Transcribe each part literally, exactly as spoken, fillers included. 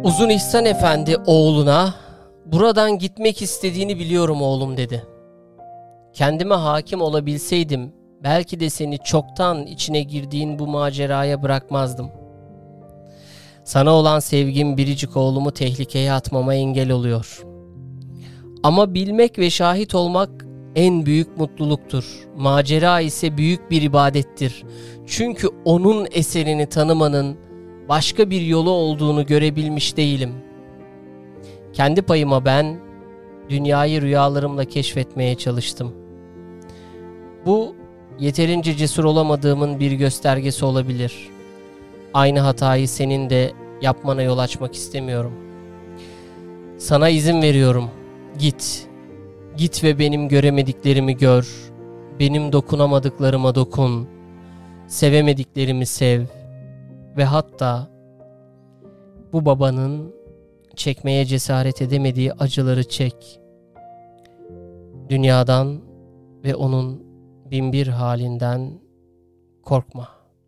Uzun İhsan Efendi oğluna, "Buradan gitmek istediğini biliyorum oğlum," dedi. "Kendime hakim olabilseydim, belki de seni çoktan içine girdiğin bu maceraya bırakmazdım. Sana olan sevgim biricik oğlumu tehlikeye atmama engel oluyor. Ama bilmek ve şahit olmak en büyük mutluluktur. Macera ise büyük bir ibadettir. Çünkü onun eserini tanımanın başka bir yolu olduğunu görebilmiş değilim. Kendi payıma ben dünyayı rüyalarımla keşfetmeye çalıştım. Bu yeterince cesur olamadığımın bir göstergesi olabilir. Aynı hatayı senin de yapmana yol açmak istemiyorum. Sana izin veriyorum. Git. Git ve benim göremediklerimi gör. Benim dokunamadıklarıma dokun. Sevemediklerimi sev. Ve hatta bu babanın çekmeye cesaret edemediği acıları çek. Dünyadan ve onun binbir halinden korkma."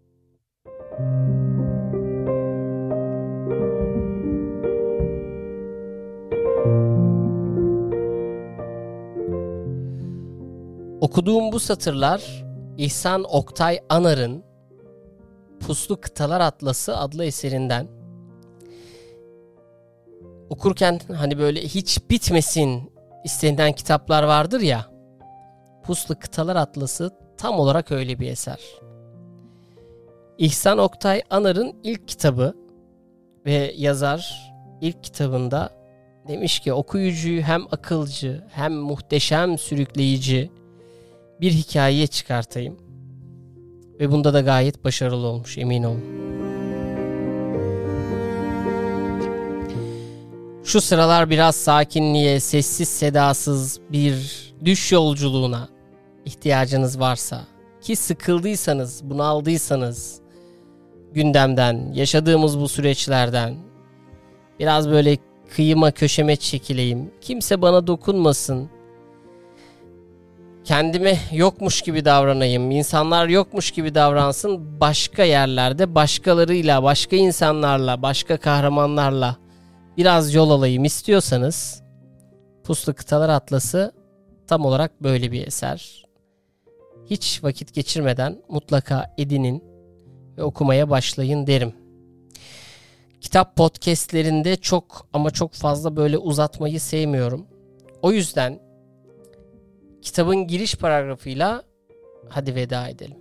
Okuduğum bu satırlar İhsan Oktay Anar'ın Puslu Kıtalar Atlası adlı eserinden. Okurken hani böyle hiç bitmesin istenilen kitaplar vardır ya, Puslu Kıtalar Atlası tam olarak öyle bir eser. İhsan Oktay Anar'ın ilk kitabı ve yazar ilk kitabında demiş ki, okuyucuyu hem akılcı hem muhteşem sürükleyici bir hikayeye çıkartayım. Ve bunda da gayet başarılı olmuş, emin olun. Şu sıralar biraz sakinliğe, sessiz sedasız bir düş yolculuğuna ihtiyacınız varsa, ki sıkıldıysanız, bunaldıysanız gündemden, yaşadığımız bu süreçlerden, biraz böyle kıyıma köşeme çekileyim, kimse bana dokunmasın, kendime yokmuş gibi davranayım, insanlar yokmuş gibi davransın, başka yerlerde başkalarıyla, başka insanlarla, başka kahramanlarla biraz yol alayım istiyorsanız, Puslu Kıtalar Atlası tam olarak böyle bir eser. Hiç vakit geçirmeden mutlaka edinin ve okumaya başlayın derim. Kitap podcastlerinde çok ama çok fazla böyle uzatmayı sevmiyorum. O yüzden kitabın giriş paragrafıyla hadi veda edelim.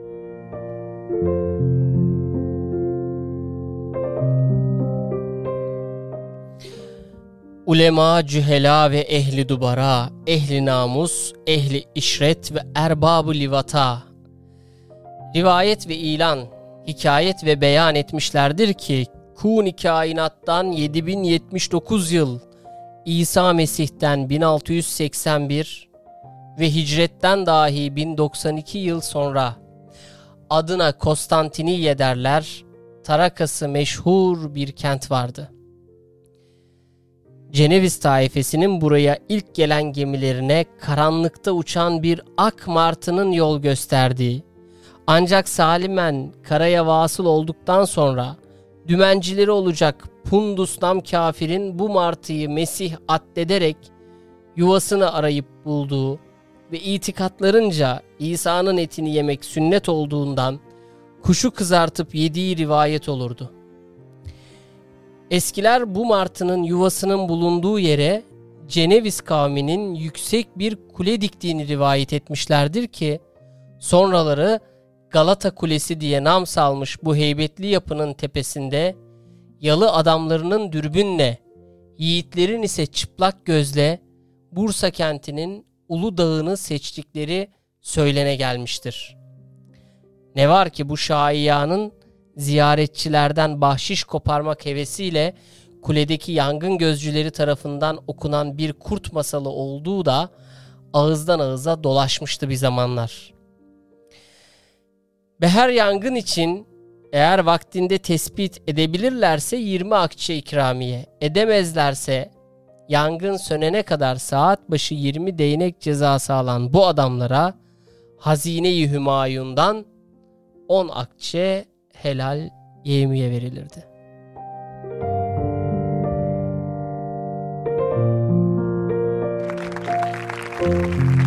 Ulema, cühela ve ehli dubara, ehli namus, ehli işret ve erbab-ı livata, rivayet ve ilan, hikayet ve beyan etmişlerdir ki, Kun-i kainattan yedi bin yetmiş dokuz yıl, İsa Mesih'ten bin altı yüz seksen bir ve hicretten dahi bin doksan iki yıl sonra adına Konstantiniye derler, Tarakası meşhur bir kent vardı. Ceneviz taifesinin buraya ilk gelen gemilerine karanlıkta uçan bir ak martının yol gösterdiği, ancak salimen karaya vasıl olduktan sonra dümencileri olacak Pundusnam kafirin bu martıyı Mesih addederek yuvasını arayıp bulduğu ve itikatlarınca İsa'nın etini yemek sünnet olduğundan kuşu kızartıp yediği rivayet olurdu. Eskiler bu martının yuvasının bulunduğu yere Ceneviz kavminin yüksek bir kule diktiğini rivayet etmişlerdir ki, sonraları Galata Kulesi diye nam salmış bu heybetli yapının tepesinde yalı adamlarının dürbünle, yiğitlerin ise çıplak gözle Bursa kentinin Ulu Dağı'nı seçtikleri söylene gelmiştir. Ne var ki bu şaiyanın ziyaretçilerden bahşiş koparmak hevesiyle kuledeki yangın gözcüleri tarafından okunan bir kurt masalı olduğu da ağızdan ağıza dolaşmıştı bir zamanlar. Ve her yangın için eğer vaktinde tespit edebilirlerse yirmi akçe ikramiye, edemezlerse yangın sönene kadar saat başı yirmi değnek cezası alan bu adamlara Hazine-i Hümayun'dan on akçe helal yevmiye verilirdi. Müzik